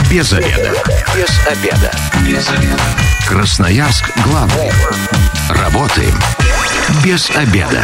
Без обеда. Без обеда. Без обеда. Красноярск главный. Работаем без обеда.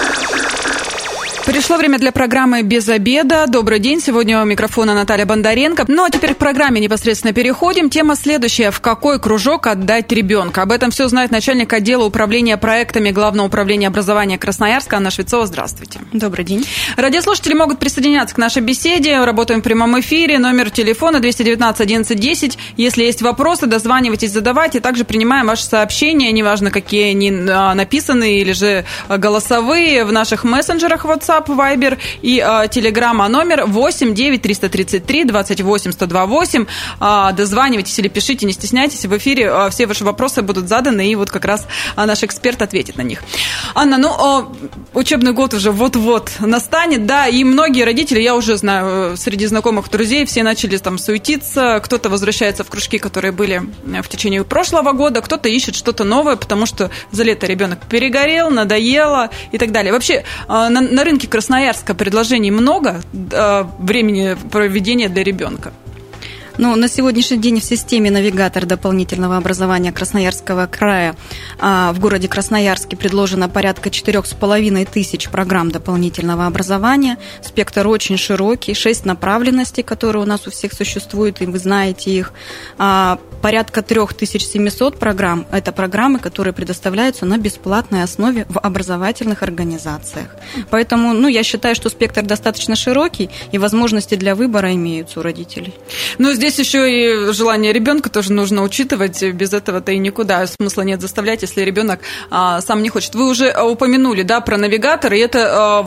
Пришло время для программы «Без обеда». Добрый день. Сегодня у микрофона Наталья Бондаренко. Ну, а теперь к программе непосредственно переходим. Тема следующая. В какой кружок отдать ребенка? Об этом все знает начальник отдела управления проектами Главного управления образования Красноярска Анна Швецова. Здравствуйте. Добрый день. Радиослушатели могут присоединяться к нашей беседе. Работаем в прямом эфире. Номер телефона 219 11 10. Если есть вопросы, дозванивайтесь, задавайте. Также принимаем ваши сообщения, неважно, какие они написаны или же голосовые, в наших мессенджерах WhatsApp, Viber и Telegram, номер 8 9 333 28 128. Дозванивайтесь или пишите, не стесняйтесь. В эфире все ваши вопросы будут заданы, и вот как раз наш эксперт ответит на них. Анна, учебный год уже вот-вот настанет, да, и многие родители, я уже знаю, среди знакомых, друзей, все начали там суетиться, кто-то возвращается в кружки, которые были в течение прошлого года, кто-то ищет что-то новое, потому что за лето ребенок перегорел, надоело и так далее. Вообще, на рынке Красноярска предложений много времени проведения для ребенка? На сегодняшний день в системе «Навигатор» дополнительного образования Красноярского края в городе Красноярске предложено порядка 4500 программ дополнительного образования. Спектр очень широкий, 6 направленностей, которые у нас у всех существуют, и вы знаете их. Порядка 3700 программ – это программы, которые предоставляются на бесплатной основе в образовательных организациях. Поэтому, я считаю, что спектр достаточно широкий, и возможности для выбора имеются у родителей. Здесь еще и желание ребенка тоже нужно учитывать, без этого-то и никуда, смысла нет заставлять, если ребенок сам не хочет. Вы уже упомянули, да, про навигатор, и это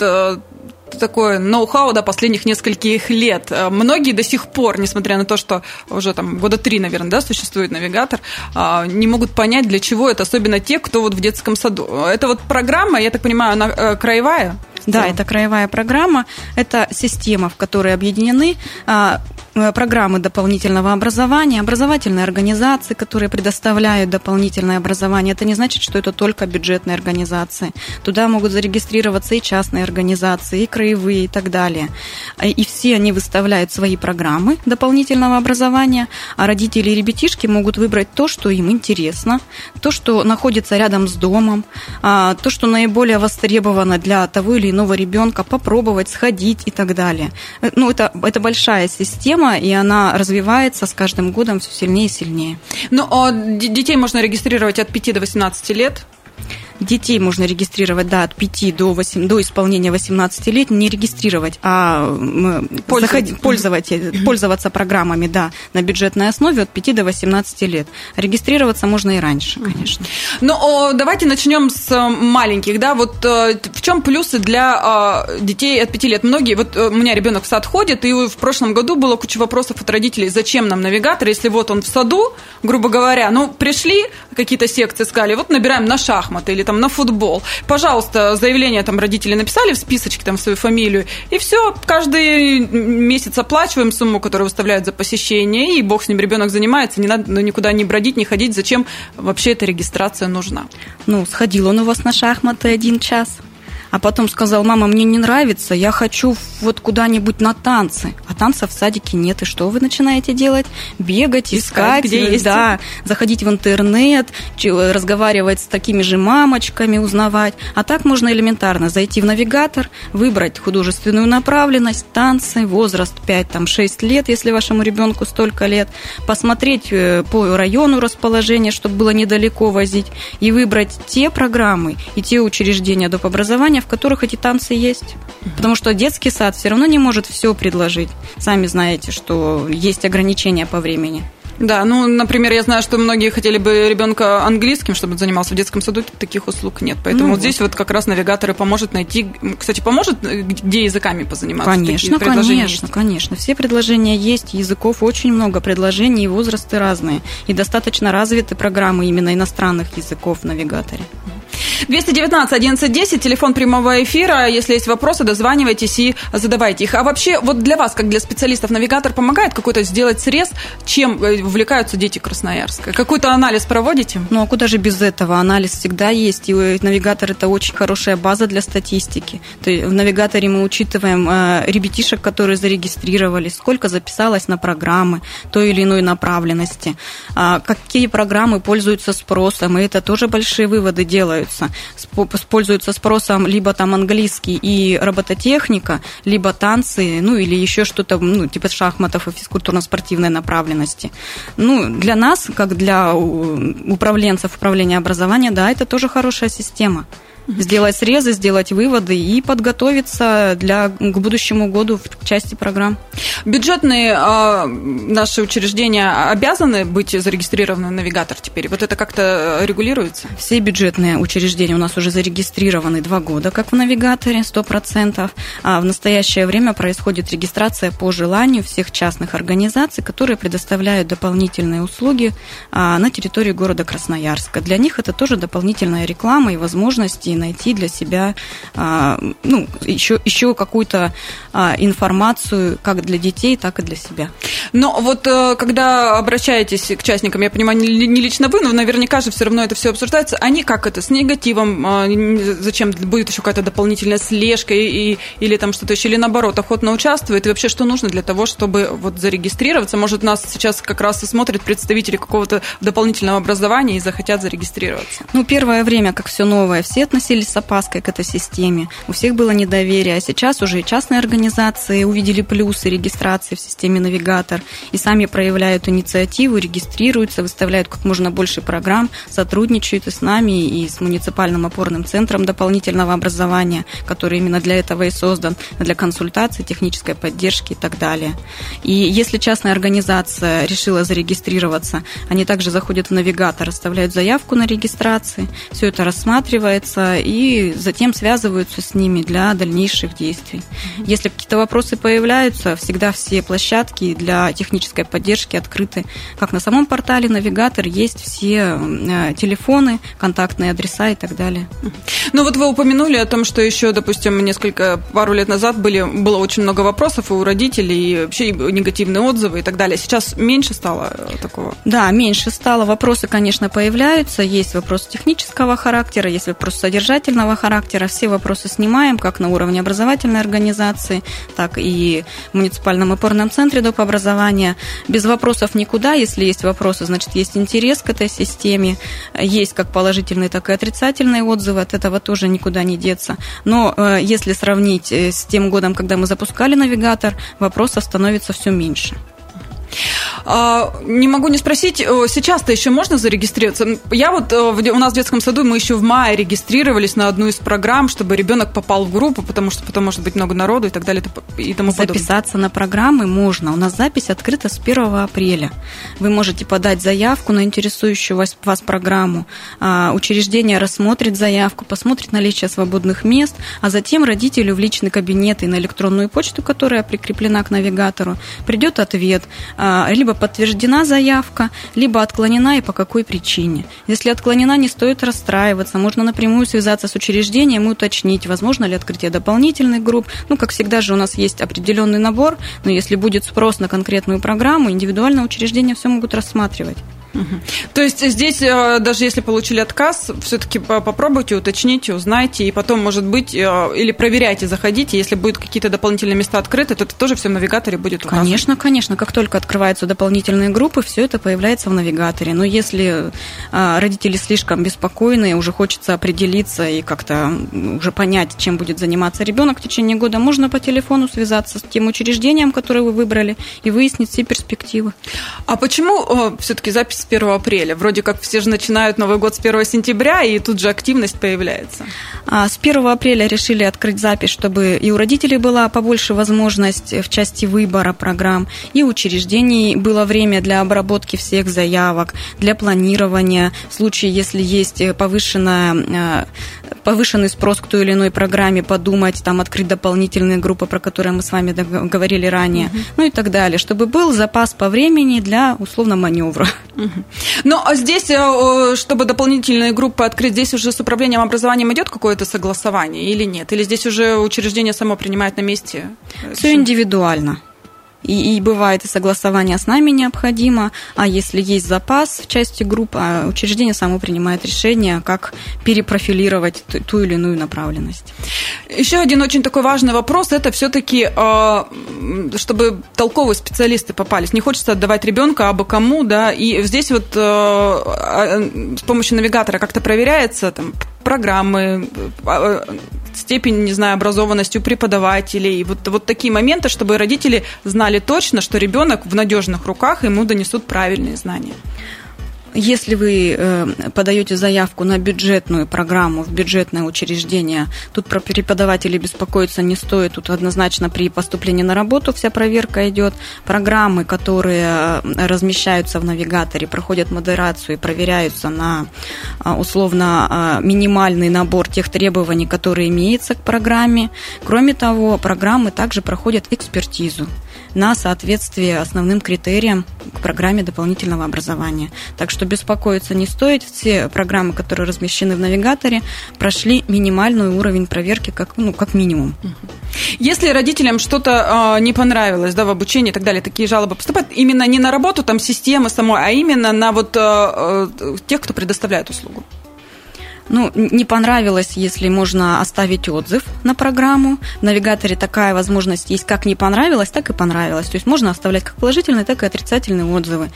такое ноу-хау, да, последних нескольких лет. Многие до сих пор, несмотря на то, что уже там года 3, наверное, да, существует навигатор, не могут понять, для чего это, особенно те, кто в детском саду. Это программа, я так понимаю, она краевая? Да, это краевая программа, это система, в которой объединены программы дополнительного образования, образовательные организации, которые предоставляют дополнительное образование. Это не значит, что это только бюджетные организации. Туда могут зарегистрироваться и частные организации, и краевые, и так далее. И все они выставляют свои программы дополнительного образования, а родители и ребятишки могут выбрать то, что им интересно, то, что находится рядом с домом, то, что наиболее востребовано для того или иного ребенка, попробовать, сходить и так далее. Это большая система, и она развивается с каждым годом все сильнее и сильнее. Детей можно регистрировать от 5 до 18 лет? Детей можно регистрировать, да, от 5 до исполнения 18 лет, не регистрировать, а пользоваться программами, да, на бюджетной основе от 5 до 18 лет. Регистрироваться можно и раньше, конечно. Давайте начнем с маленьких, да, в чем плюсы для детей от 5 лет? Многие, у меня ребенок в сад ходит, и в прошлом году было куча вопросов от родителей, зачем нам навигатор, если он в саду, грубо говоря, пришли какие-то секции, сказали, набираем на шахматы или на футбол. Пожалуйста, заявление родители написали в списочке в свою фамилию, и все, каждый месяц оплачиваем сумму, которую выставляют за посещение, и бог с ним, ребенок занимается, не надо никуда не бродить, не ходить. Зачем вообще эта регистрация нужна? Сходил он у вас на шахматы 1 час. А потом сказал: мама, мне не нравится, я хочу куда-нибудь на танцы. А танцев в садике нет. И что вы начинаете делать? Бегать, искать, где есть. Да, заходить в интернет, разговаривать с такими же мамочками, узнавать. А так можно элементарно зайти в навигатор, выбрать художественную направленность, танцы, возраст 5-6 лет, если вашему ребенку столько лет, посмотреть по району расположения, чтобы было недалеко возить, и выбрать те программы и те учреждения доп. Образования, в которых эти танцы есть. Потому что детский сад все равно не может все предложить. Сами знаете, что есть ограничения по времени. Да, например, я знаю, что многие хотели бы ребенка английским, чтобы он занимался в детском саду, таких услуг нет. Поэтому здесь как раз навигатор и поможет найти... Кстати, поможет, где языками позаниматься? Конечно. Все предложения есть, языков очень много, предложений и возрасты разные. И достаточно развиты программы именно иностранных языков в навигаторе. 219-11-10, телефон прямого эфира. Если есть вопросы, дозванивайтесь и задавайте их. А вообще, вот для вас, как для специалистов, навигатор помогает какой-то сделать срез? Чем увлекаются дети Красноярска? Какой-то анализ проводите? Ну, а куда же без этого? Анализ всегда есть, и навигатор – это очень хорошая база для статистики. То есть в навигаторе мы учитываем ребятишек, которые зарегистрировались, сколько записалось на программы той или иной направленности, какие программы пользуются спросом, и это тоже большие выводы делаются. Пользуются спросом либо там английский и робототехника, либо танцы, ну или еще что-то, ну, типа шахматов и физкультурно-спортивной направленности. Ну, для нас, как для управленцев управления образования, да, это тоже хорошая система. Сделать срезы, сделать выводы и подготовиться к будущему году в части программ. Бюджетные наши учреждения обязаны быть зарегистрированы в навигатор теперь? Вот это как-то регулируется? Все бюджетные учреждения у нас уже зарегистрированы 2 года, как в навигаторе, 100%. А в настоящее время происходит регистрация по желанию всех частных организаций, которые предоставляют дополнительные услуги на территории города Красноярска. Для них это тоже дополнительная реклама и возможности найти для себя еще какую-то информацию как для детей, так и для себя. Но вот когда обращаетесь к частникам, я понимаю, не лично вы, но наверняка же все равно это все обсуждается, они как это, с негативом, зачем будет еще какая-то дополнительная слежка или там что-то еще, или наоборот, охотно участвует, и вообще что нужно для того, чтобы вот зарегистрироваться? Может, нас сейчас как раз и смотрят представители какого-то дополнительного образования и захотят зарегистрироваться? Ну, первое время, как все новое, все относились с опаской к этой системе, у всех было недоверие, а сейчас уже и частные организации увидели плюсы регистрации в системе «Навигатор» и сами проявляют инициативу, регистрируются, выставляют как можно больше программ, сотрудничают и с нами, и с муниципальным опорным центром дополнительного образования, который именно для этого и создан, для консультаций, технической поддержки и так далее. И если частная организация решила зарегистрироваться, они также заходят в «Навигатор», оставляют заявку на регистрацию, все это рассматривается, и затем связываются с ними для дальнейших действий. Если какие-то вопросы появляются, всегда все площадки для технической поддержки открыты. Как на самом портале «Навигатор» есть все телефоны, контактные адреса и так далее. Ну вот вы упомянули о том, что еще, допустим, пару лет назад было очень много вопросов и у родителей, и вообще негативные отзывы и так далее. Сейчас меньше стало такого? Да, меньше стало. Вопросы, конечно, появляются. Есть вопросы технического характера, есть вопросы содержательного характера. Все вопросы снимаем, как на уровне образовательной организации, так и в муниципальном опорном центре доп. Образования. Без вопросов никуда. Если есть вопросы, значит, есть интерес к этой системе. Есть как положительные, так и отрицательные отзывы. От этого тоже никуда не деться. Но если сравнить с тем годом, когда мы запускали «Навигатор», вопросов становится все меньше. Не могу не спросить, сейчас-то еще можно зарегистрироваться? Я вот, у нас в детском саду мы еще в мае регистрировались на одну из программ, чтобы ребенок попал в группу, потому что потом может быть много народу и так далее и тому подобное. Записаться на программы можно. У нас запись открыта с 1 апреля. Вы можете подать заявку на интересующую вас программу. Учреждение рассмотрит заявку, посмотрит наличие свободных мест, а затем родителю в личный кабинет и на электронную почту, которая прикреплена к «Навигатору», придет ответ. Либо подтверждена заявка, либо отклонена и по какой причине. Если отклонена, не стоит расстраиваться. Можно напрямую связаться с учреждением и уточнить, возможно ли открытие дополнительных групп. Ну, как всегда же у нас есть определенный набор, но если будет спрос на конкретную программу, индивидуальные учреждения все могут рассматривать. То есть здесь, даже если получили отказ, все-таки попробуйте, уточните, узнайте, и потом, может быть, или проверяйте, заходите, если будут какие-то дополнительные места открыты, то это тоже все в «Навигаторе» будет указано. Конечно, конечно. Как только открываются дополнительные группы, все это появляется в «Навигаторе». Но если родители слишком беспокойны, уже хочется определиться и как-то уже понять, чем будет заниматься ребенок в течение года, можно по телефону связаться с тем учреждением, которое вы выбрали, и выяснить все перспективы. А почему все-таки запись с 1 апреля? Вроде как все же начинают Новый год с 1 сентября, и тут же активность появляется. С 1 апреля решили открыть запись, чтобы и у родителей была побольше возможность в части выбора программ, и у учреждений было время для обработки всех заявок, для планирования, в случае, если есть повышенный спрос к той или иной программе, подумать, там, открыть дополнительные группы, про которые мы с вами говорили ранее, ну и так далее, чтобы был запас по времени для, условно, маневра. Ну, а здесь, чтобы дополнительные группы открыть, здесь уже с управлением образованием идет какое-то согласование или нет? Или здесь уже учреждение само принимает на месте? Все индивидуально. И бывает и согласование с нами необходимо, а если есть запас в части групп, учреждение само принимает решение, как перепрофилировать ту или иную направленность. Еще один очень такой важный вопрос, это все-таки, чтобы толковые специалисты попались. Не хочется отдавать ребенка абы кому, да, и здесь вот с помощью навигатора как-то проверяется там программы, степень, не знаю, образованности у преподавателей, вот такие моменты, чтобы родители знали точно, что ребенок в надежных руках, ему донесут правильные знания. Если вы подаете заявку на бюджетную программу в бюджетное учреждение, тут про преподавателей беспокоиться не стоит, тут однозначно при поступлении на работу вся проверка идет. Программы, которые размещаются в навигаторе, проходят модерацию и проверяются на условно минимальный набор тех требований, которые имеются к программе. Кроме того, программы также проходят экспертизу на соответствие основным критериям к программе дополнительного образования. Так что беспокоиться не стоит. Все программы, которые размещены в навигаторе, прошли минимальный уровень проверки как минимум. Если родителям что-то не понравилось, да, в обучении и так далее, такие жалобы поступают именно не на работу там системы самой, а именно на вот тех, кто предоставляет услугу? Не понравилось, если можно оставить отзыв на программу. В навигаторе такая возможность есть, как не понравилось, так и понравилось. То есть можно оставлять как положительные, так и отрицательные отзывы.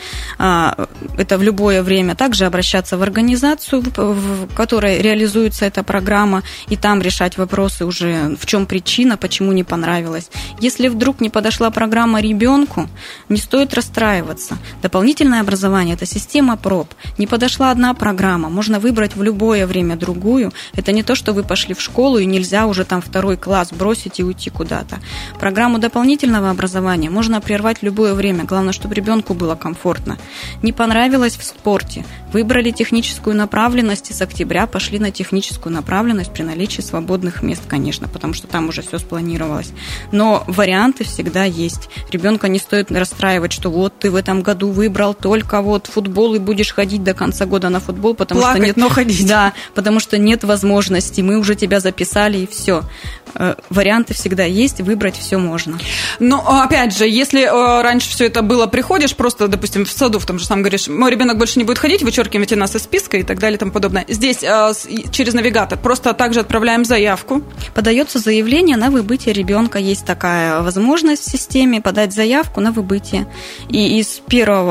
Это в любое время. Также обращаться в организацию, в которой реализуется эта программа, и там решать вопросы уже, в чем причина, почему не понравилось. Если вдруг не подошла программа ребенку, не стоит расстраиваться. Дополнительное образование – это система проб. Не подошла одна программа, можно выбрать в любое время другую. Это не то, что вы пошли в школу и нельзя уже там 2 класс бросить и уйти куда-то. Программу дополнительного образования можно прервать в любое время. Главное, чтобы ребенку было комфортно. Не понравилось в спорте. Выбрали техническую направленность и с октября пошли на техническую направленность при наличии свободных мест, конечно, потому что там уже все спланировалось. Но варианты всегда есть. Ребенка не стоит расстраивать, что вот ты в этом году выбрал только вот футбол и будешь ходить до конца года на футбол, потому плакать, что нет, но ходить. Да, потому что нет возможности, мы уже тебя записали и все. Варианты всегда есть, выбрать все можно. Но, опять же, если раньше все это было, приходишь просто, допустим, в саду, в том же самом говоришь, мой ребенок больше не будет ходить, вычеркивайте нас из списка и так далее и тому подобное. Здесь через навигатор просто также отправляем заявку. Подается заявление на выбытие ребенка. Есть такая возможность в системе подать заявку на выбытие. И из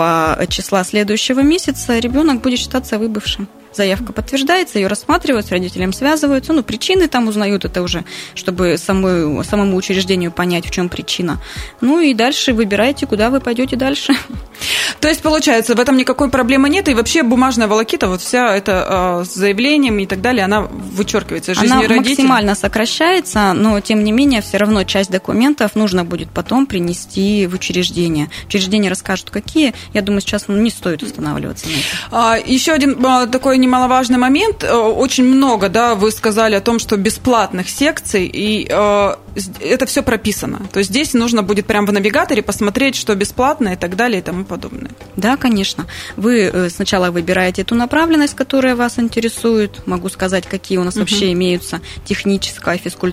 1 числа следующего месяца ребенок будет считаться выбывшим. Заявка подтверждается, ее рассматривают, с родителем связываются, причины там узнают, это уже, чтобы самому учреждению понять, в чем причина. И дальше выбирайте, куда вы пойдете дальше. То есть, получается, в этом никакой проблемы нет, и вообще бумажная волокита, вот вся эта с заявлением и так далее, она вычеркивается из жизни родителей? Она максимально сокращается, но, тем не менее, все равно часть документов нужно будет потом принести в учреждение. Учреждение расскажут, какие. Я думаю, сейчас не стоит устанавливаться на это. Еще один такой немаловажный момент. Очень много, да, вы сказали о том, что бесплатных секций, и это все прописано. То есть здесь нужно будет прямо в навигаторе посмотреть, что бесплатно и так далее и тому подобное. Да, конечно. Вы сначала выбираете ту направленность, которая вас интересует. Могу сказать, какие у нас вообще имеются: техническая,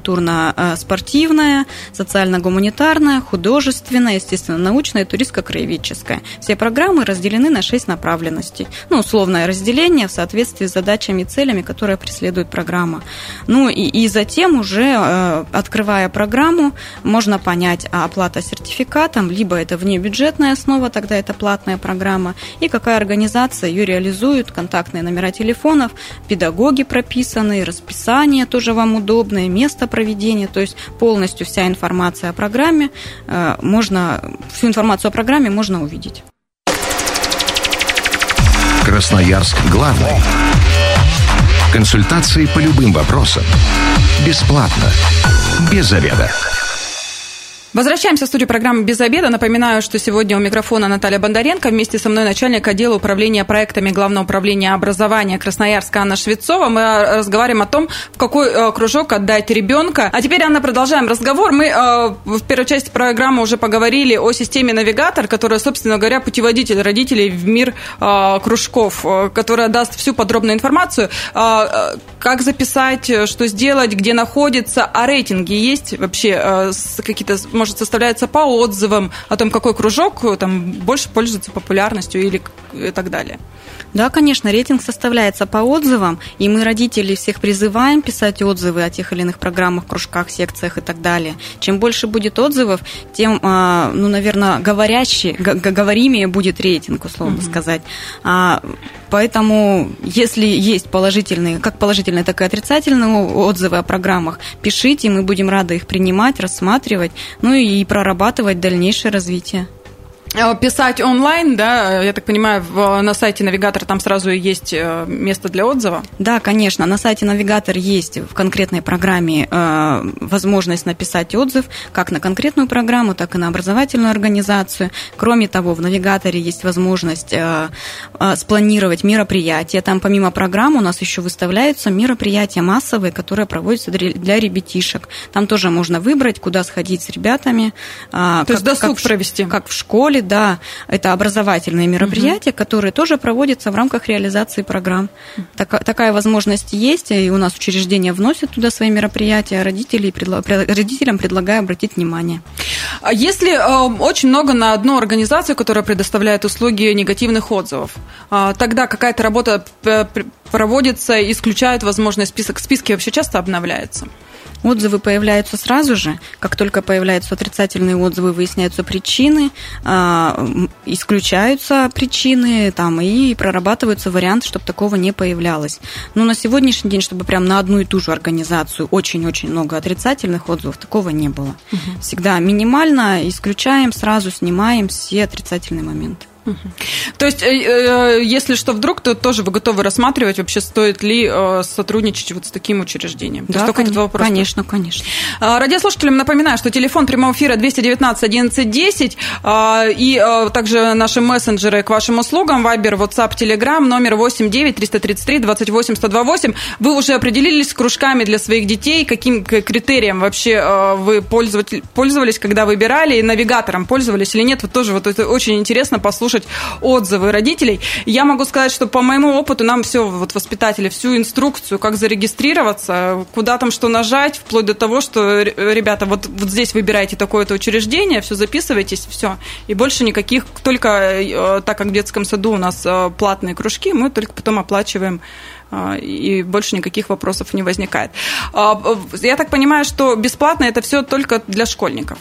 физкультурно-спортивная, социально-гуманитарная, художественная, естественно-научная, туристско-краеведческая. Все программы разделены на 6 направленностей. Условное разделение в соответствии с задачами и целями, которые преследует программа. И затем уже, открывая программу, можно понять, оплата сертификатом, либо это внебюджетная основа, тогда это платная программа, и какая организация ее реализует, контактные номера телефонов, педагоги прописаны, расписание тоже вам удобное, место проведения, то есть полностью вся информация о программе, всю информацию о программе можно увидеть. Красноярск главный. Консультации по любым вопросам. Бесплатно. Без заведа. Возвращаемся в студию программы «Без обеда». Напоминаю, что сегодня у микрофона Наталья Бондаренко. Вместе со мной начальник отдела управления проектами Главного управления образования Красноярска Анна Швецова. Мы разговариваем о том, в какой кружок отдать ребенка. А теперь, Анна, продолжаем разговор. Мы в первой части программы уже поговорили о системе «Навигатор», которая, собственно говоря, путеводитель родителей в мир кружков, которая даст всю подробную информацию. Как записать, что сделать, где находится. А рейтинги есть вообще какие-то, может, составляются по отзывам о том, какой кружок там больше пользуется популярностью или и так далее? Да, конечно, рейтинг составляется по отзывам, и мы, родителей, всех призываем писать отзывы о тех или иных программах, кружках, секциях и так далее. Чем больше будет отзывов, тем, наверное, говоримее будет рейтинг, условно сказать. Поэтому, если есть положительные, как положительные, так и отрицательные отзывы о программах, пишите, мы будем рады их принимать, рассматривать, и прорабатывать дальнейшее развитие. Писать онлайн, да, я так понимаю, на сайте «Навигатор» там сразу есть место для отзыва? Да, конечно, на сайте «Навигатор» есть в конкретной программе возможность написать отзыв как на конкретную программу, так и на образовательную организацию. Кроме того, в «Навигаторе» есть возможность спланировать мероприятия. Там помимо программ у нас еще выставляются мероприятия массовые, которые проводятся для ребятишек. Там тоже можно выбрать, куда сходить с ребятами. То есть досуг провести? Как в школе. Да, это образовательные мероприятия, которые тоже проводятся в рамках реализации программ. Такая возможность есть, и у нас учреждения вносят туда свои мероприятия, родителям предлагаю обратить внимание. Если очень много на одну организацию, которая предоставляет услуги, негативных отзывов, тогда какая-то работа проводится, исключают возможность список. Списки вообще часто обновляются? Отзывы появляются сразу же, как только появляются отрицательные отзывы, выясняются причины, исключаются причины и прорабатываются варианты, чтобы такого не появлялось. Но на сегодняшний день, чтобы прям на одну и ту же организацию очень-очень много отрицательных отзывов, такого не было. Всегда минимально исключаем, сразу снимаем все отрицательные моменты. То есть, если что вдруг, то тоже вы готовы рассматривать, вообще стоит ли сотрудничать вот с таким учреждением? Да, конечно. Радиослушателям напоминаю, что телефон прямого эфира 219 11 10 и также наши мессенджеры к вашим услугам, Вайбер, WhatsApp, Telegram, номер 89 333 28 128. Вы уже определились с кружками для своих детей? Каким критерием вообще вы пользовались, когда выбирали, и навигатором пользовались или нет? Вот тоже вот это очень интересно послушать отзывы родителей. Я могу сказать, что по моему опыту нам все, вот воспитатели, всю инструкцию, как зарегистрироваться, куда там что нажать, вплоть до того, что, ребята, вот здесь выбирайте такое-то учреждение, все записывайтесь, все. И больше никаких, только так как в детском саду у нас платные кружки, мы только потом оплачиваем, и больше никаких вопросов не возникает. Я так понимаю, что бесплатно это все только для школьников.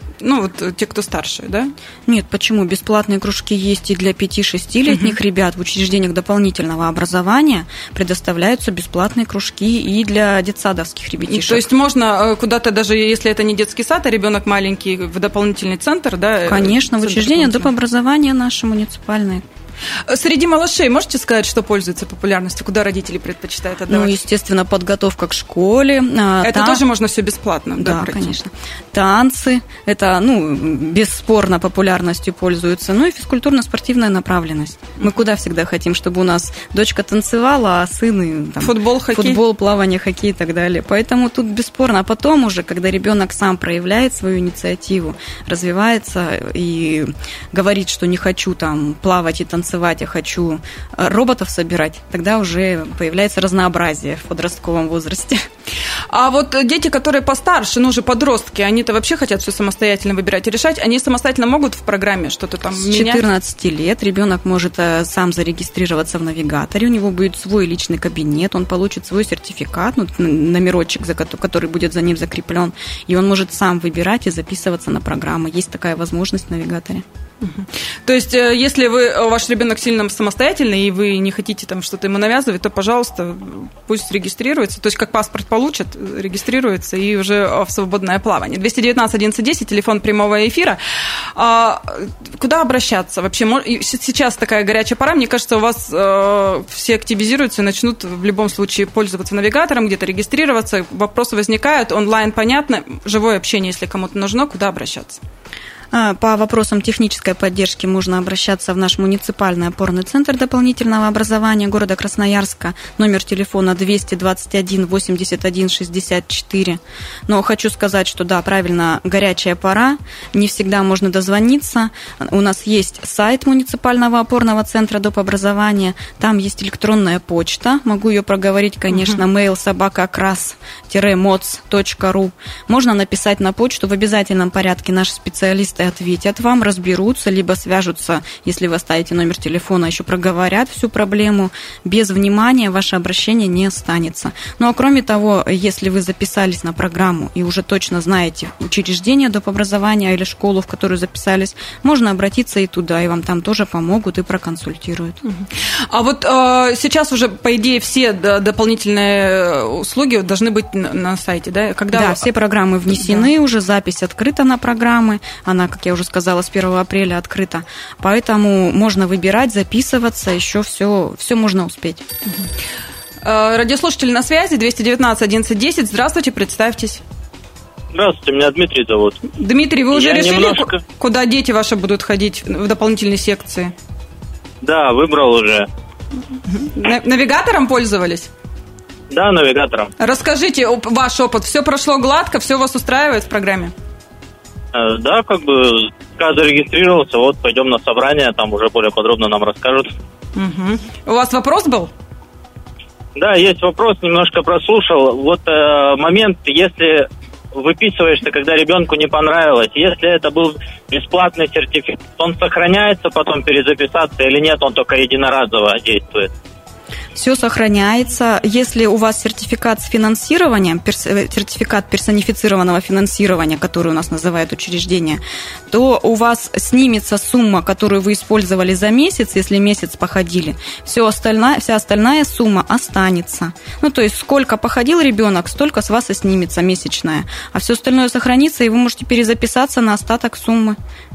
Те, кто старше, да? Нет, почему? Бесплатные кружки есть и для 5-6-летних ребят. В учреждениях дополнительного образования предоставляются бесплатные кружки и для детсадовских ребятишек. То есть можно куда-то, даже если это не детский сад, а ребенок маленький, в дополнительный центр, да? Конечно, в учреждение допобразования наше муниципальное. Среди малышей можете сказать, что пользуется популярностью, куда родители предпочитают отдавать? Естественно, подготовка к школе. Это тоже можно все бесплатно? Да, конечно. Танцы, это, бесспорно популярностью пользуются. И физкультурно-спортивная направленность. Мы куда всегда хотим, чтобы у нас дочка танцевала, а сын футбол, хоккей. Футбол, плавание, хоккей и так далее. Поэтому тут бесспорно. А потом уже, когда ребенок сам проявляет свою инициативу, развивается и говорит, что не хочу плавать и танцевать, я хочу роботов собирать, тогда уже появляется разнообразие в подростковом возрасте. А вот дети, которые постарше, уже подростки, они-то вообще хотят все самостоятельно выбирать и решать, они самостоятельно могут в программе что-то там менять? С 14 лет ребенок может сам зарегистрироваться в навигаторе, у него будет свой личный кабинет, он получит свой сертификат, номерочек, который будет за ним закреплен, и он может сам выбирать и записываться на программы. Есть такая возможность в навигаторе. То есть, если ваш ребенок сильно самостоятельный, и вы не хотите там что-то ему навязывать, то, пожалуйста, пусть регистрируется. То есть, как паспорт получат, регистрируется и уже в свободное плавание. 219-11-10, телефон прямого эфира. Куда обращаться вообще? Сейчас такая горячая пора. Мне кажется, у вас все активизируются и начнут в любом случае пользоваться навигатором, где-то регистрироваться. Вопросы возникают, онлайн понятно, живое общение, если кому-то нужно, куда обращаться? По вопросам технической поддержки можно обращаться в наш муниципальный опорный центр дополнительного образования города Красноярска, номер телефона 221 81 64. Но хочу сказать, что да, правильно, горячая пора, не всегда можно дозвониться. У нас есть сайт муниципального опорного центра доп. Образования, там есть электронная почта, могу ее проговорить, конечно, mail@kras-moc.ru. Можно написать на почту, в обязательном порядке наши специалисты ответят вам, разберутся, либо свяжутся, если вы оставите номер телефона, еще проговорят всю проблему. Без внимания ваше обращение не останется. Ну а кроме того, если вы записались на программу и уже точно знаете учреждение доп. Образования или школу, в которую записались, можно обратиться и туда, и вам там тоже помогут и проконсультируют. А вот сейчас уже, по идее, все дополнительные услуги должны быть на сайте, да? Да, все программы внесены, уже запись открыта на программы, она, как я уже сказала, с 1 апреля открыта. Поэтому можно выбирать, записываться, еще все можно успеть. Радиослушатель на связи, 219-11-10. Здравствуйте, представьтесь. Здравствуйте, меня Дмитрий зовут. Дмитрий, вы уже решили, куда дети ваши будут ходить в дополнительные секции? Да, выбрал уже. Навигатором пользовались? Да, навигатором. Расскажите ваш опыт. Все прошло гладко, все вас устраивает в программе? Да, когда зарегистрировался, вот пойдем на собрание, там уже более подробно нам расскажут. Угу. У вас вопрос был? Да, есть вопрос, немножко прослушал. Вот момент, если выписываешься, когда ребенку не понравилось, если это был бесплатный сертификат, он сохраняется потом перезаписаться или нет, он только единоразово действует? Все сохраняется. Если у вас сертификат с финансированием, сертификат персонифицированного финансирования, который у нас называют учреждение, то у вас снимется сумма, которую вы использовали за месяц, если месяц походили. Вся остальная сумма останется. Ну, то есть, сколько походил ребенок, столько с вас и снимется месячная. А все остальное сохранится, и вы можете перезаписаться на остаток суммы.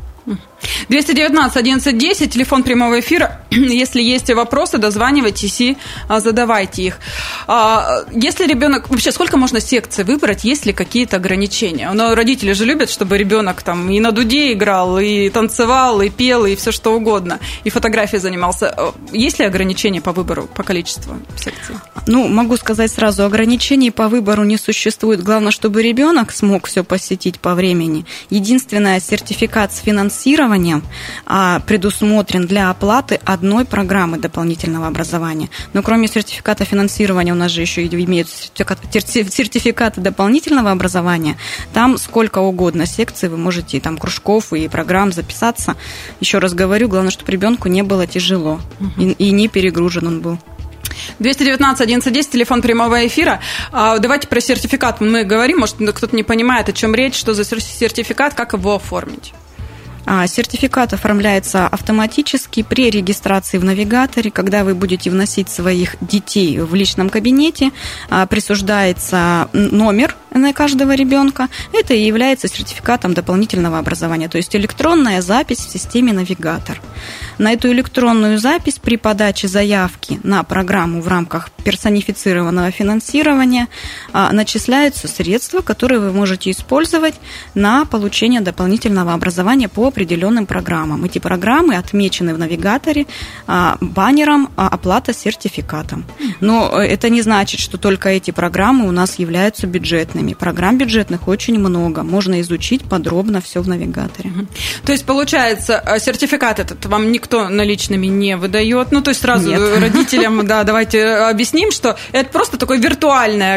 219-11-10, телефон прямого эфира. Если есть вопросы, дозванивайтесь и задавайте их. Если ребенок... Вообще, сколько можно секций выбрать, есть ли какие-то ограничения? Но родители же любят, чтобы ребенок там и на дуде играл, и танцевал, и пел, и все что угодно, и фотографией занимался. Есть ли ограничения по выбору, по количеству секций? Ну, могу сказать сразу, ограничений по выбору не существует. Главное, чтобы ребенок смог все посетить по времени. Единственное, сертификат с финансированием предусмотрен для оплаты одной программы дополнительного образования. Но кроме сертификата финансирования у нас же еще имеются сертификаты дополнительного образования. Там сколько угодно секций вы можете, там кружков и программ записаться. Еще раз говорю, главное, чтобы ребенку не было тяжело и не перегружен он был. 219-11-10, телефон прямого эфира. Давайте про сертификат мы говорим. Может, кто-то не понимает, о чем речь, что за сертификат, как его оформить. Сертификат оформляется автоматически при регистрации в навигаторе. Когда вы будете вносить своих детей в личном кабинете, присуждается номер на каждого ребенка. Это и является сертификатом дополнительного образования, то есть электронная запись в системе навигатор. На эту электронную запись при подаче заявки на программу в рамках персонифицированного финансирования начисляются средства, которые вы можете использовать на получение дополнительного образования по определенным программам. Эти программы отмечены в навигаторе баннером «Оплата сертификатом». Но это не значит, что только эти программы у нас являются бюджетными. Программ бюджетных очень много. Можно изучить подробно все в навигаторе. То есть, получается, сертификат этот вам никто наличными не выдает? Ну, то есть, сразу родителям, да, давайте объясним, что это просто такое виртуальное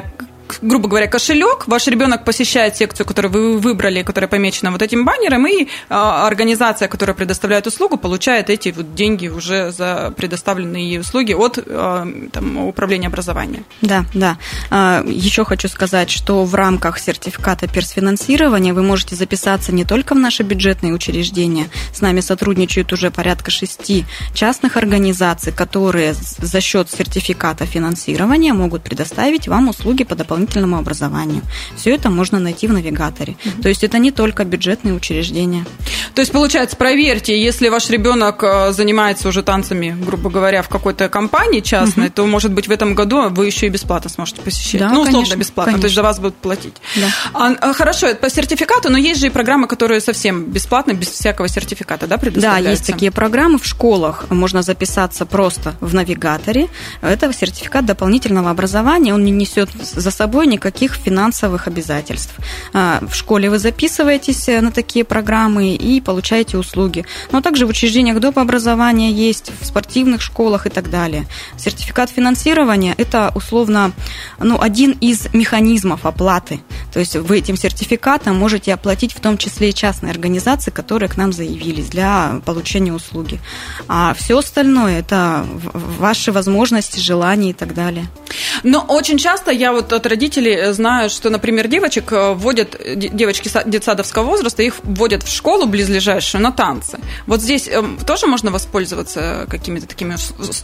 грубо говоря, кошелек, ваш ребенок посещает секцию, которую вы выбрали, которая помечена вот этим баннером, и организация, которая предоставляет услугу, получает эти вот деньги уже за предоставленные ей услуги от управления образования. Да. Еще хочу сказать, что в рамках сертификата персфинансирования вы можете записаться не только в наши бюджетные учреждения. С нами сотрудничают уже порядка 6 частных организаций, которые за счет сертификата финансирования могут предоставить вам услуги по дополнительному образованию. Все это можно найти в навигаторе. То есть это не только бюджетные учреждения. То есть, получается, проверьте, если ваш ребенок занимается уже танцами, грубо говоря, в какой-то компании частной, то, может быть, в этом году вы еще и бесплатно сможете посещать. Да, условно конечно, бесплатно, конечно. то есть за вас будут платить. Да. Хорошо, это по сертификату, но есть же и программы, которые совсем бесплатно, без всякого сертификата, да, предоставляются? Да, есть такие программы в школах. Можно записаться просто в навигаторе. Это сертификат дополнительного образования. Он не несет за собой никаких финансовых обязательств. В школе вы записываетесь на такие программы и получаете услуги. Но также в учреждениях доп. Образования есть, в спортивных школах и так далее. Сертификат финансирования – это условно один из механизмов оплаты. То есть вы этим сертификатом можете оплатить в том числе и частные организации, которые к нам заявились для получения услуги. А все остальное – это ваши возможности, желания и так далее. Но очень часто я вот от родителей знаю, что, например, девочки детсадовского возраста, их вводят в школу близлежащую на танцы. Вот здесь тоже можно воспользоваться какими-то такими...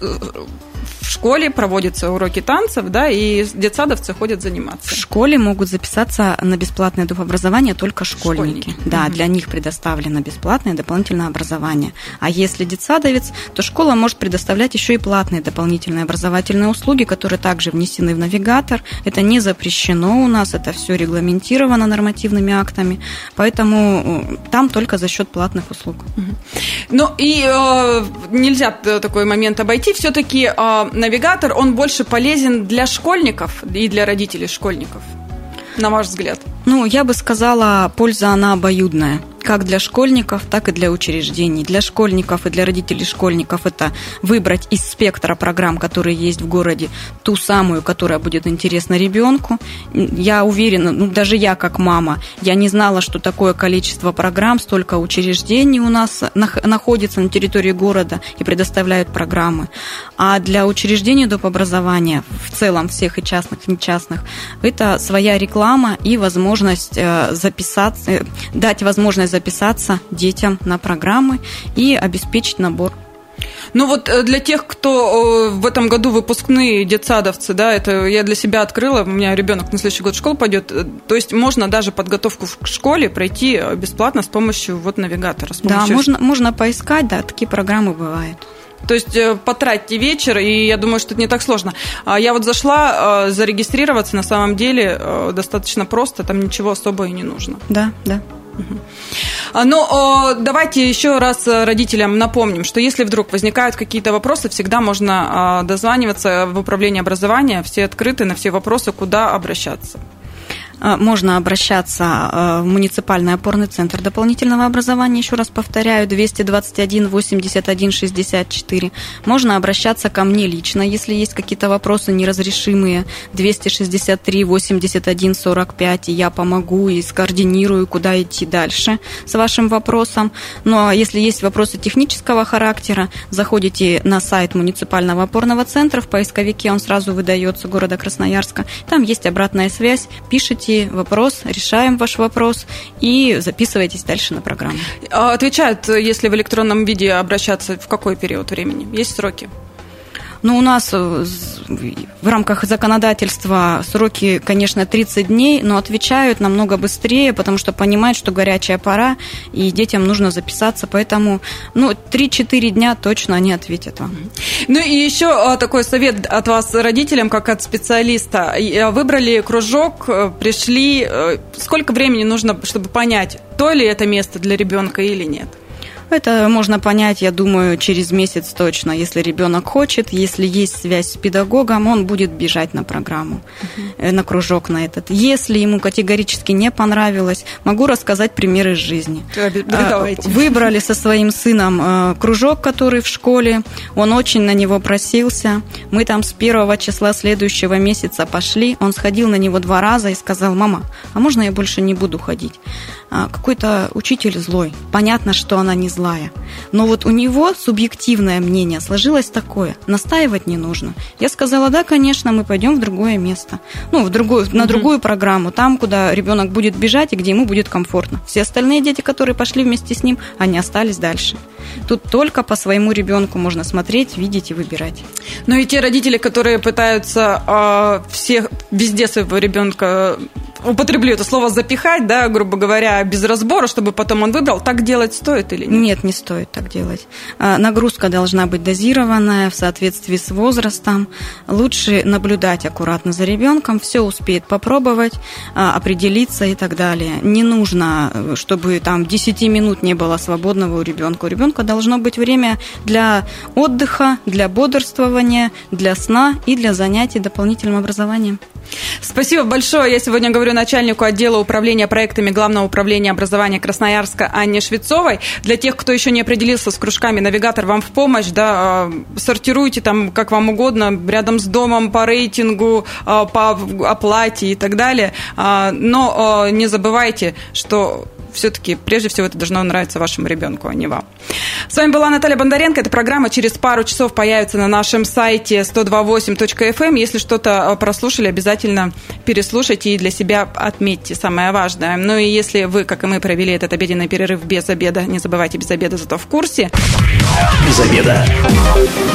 В школе проводятся уроки танцев, да, и детсадовцы ходят заниматься. В школе могут записаться на бесплатное дообразование только школьники. Да, для них предоставлено бесплатное дополнительное образование. А если детсадовец, то школа может предоставлять еще и платные дополнительные образовательные услуги, которые также внесены в навигатор. Это не запрещено у нас, это все регламентировано нормативными актами, поэтому там только за счет платных услуг. Ну и нельзя такой момент обойти. Все-таки навигатор, он больше полезен для школьников и для родителей школьников, на ваш взгляд? Я бы сказала, польза она обоюдная. Как для школьников, так и для учреждений. Для школьников и для родителей школьников это выбрать из спектра программ, которые есть в городе, ту самую, которая будет интересна ребенку. Я уверена, даже я как мама, я не знала, что такое количество программ, столько учреждений у нас находится на территории города и предоставляют программы. А для учреждений доп. Образования, в целом всех и частных, и нечастных, это своя реклама и возможность записаться, дать возможность записаться детям на программы и обеспечить набор. Для тех, кто в этом году выпускные детсадовцы, да, это я для себя открыла, у меня ребенок на следующий год в школу пойдет, то есть можно даже подготовку в школе пройти бесплатно с помощью навигатора. Да, можно поискать, да, такие программы бывают. То есть потратьте вечер, и я думаю, что это не так сложно. Я зашла зарегистрироваться, на самом деле достаточно просто, там ничего особо и не нужно. Да. Давайте еще раз родителям напомним, что если вдруг возникают какие-то вопросы, всегда можно дозваниваться в управление образования, все открыты на все вопросы, куда обращаться. Можно обращаться в муниципальный опорный центр дополнительного образования, еще раз повторяю, 221 81 64. Можно обращаться ко мне лично, если есть какие-то вопросы неразрешимые, 263 81 45, и я помогу и скоординирую, куда идти дальше с вашим вопросом. Ну, а если есть вопросы технического характера, заходите на сайт муниципального опорного центра, в поисковике он сразу выдается, города Красноярска, там есть обратная связь, пишите вопрос, решаем ваш вопрос и записывайтесь дальше на программу. Отвечают, если в электронном виде обращаться, в какой период времени? Есть сроки? У нас в рамках законодательства сроки, конечно, 30 дней, но отвечают намного быстрее, потому что понимают, что горячая пора, и детям нужно записаться, поэтому 3-4 дня точно они ответят вам. И еще такой совет от вас родителям, как от специалиста. Выбрали кружок, пришли. Сколько времени нужно, чтобы понять, то ли это место для ребенка или нет? Это можно понять, я думаю, через месяц точно. Если ребенок хочет, если есть связь с педагогом, он будет бежать на программу, на кружок на этот. Если ему категорически не понравилось, могу рассказать пример из жизни. Давайте. Выбрали со своим сыном кружок, который в школе, он очень на него просился. Мы там с 1 числа следующего месяца пошли, он сходил на него 2 раза и сказал: мама, а можно я больше не буду ходить? Какой-то учитель злой. Понятно, что она не злая. Но вот у него субъективное мнение сложилось такое. Настаивать не нужно. Я сказала: да, конечно, мы пойдем в другое место. На другую программу. Там, куда ребенок будет бежать и где ему будет комфортно. Все остальные дети, которые пошли вместе с ним, они остались дальше. Тут только по своему ребенку можно смотреть, видеть и выбирать. Ну и те родители, которые пытаются везде своего ребенка, употреблю это слово, запихать, да, грубо говоря, без разбора, чтобы потом он выбрал, так делать стоит или нет? Нет, не стоит так делать. Нагрузка должна быть дозированная в соответствии с возрастом. Лучше наблюдать аккуратно за ребенком, все успеет попробовать, определиться и так далее. Не нужно, чтобы там 10 минут не было свободного у ребенка. У ребенка должно быть время для отдыха, для бодрствования, для сна и для занятий дополнительным образованием. Спасибо большое. Я сегодня говорю начальнику отдела управления проектами Главного управления образования Красноярска Анне Швецовой. Для тех, кто еще не определился с кружками, навигатор вам в помощь, да, сортируйте там как вам угодно, рядом с домом, по рейтингу, по оплате и так далее. Но не забывайте, что все-таки прежде всего это должно нравиться вашему ребенку, а не вам. С вами была Наталья Бондаренко. Эта программа через пару часов появится на нашем сайте 102.8.fm. Если что-то прослушали, обязательно переслушайте и для себя отметьте самое важное. Ну и если вы, как и мы, провели этот обеденный перерыв без обеда, не забывайте, без обеда зато в курсе. Без обеда.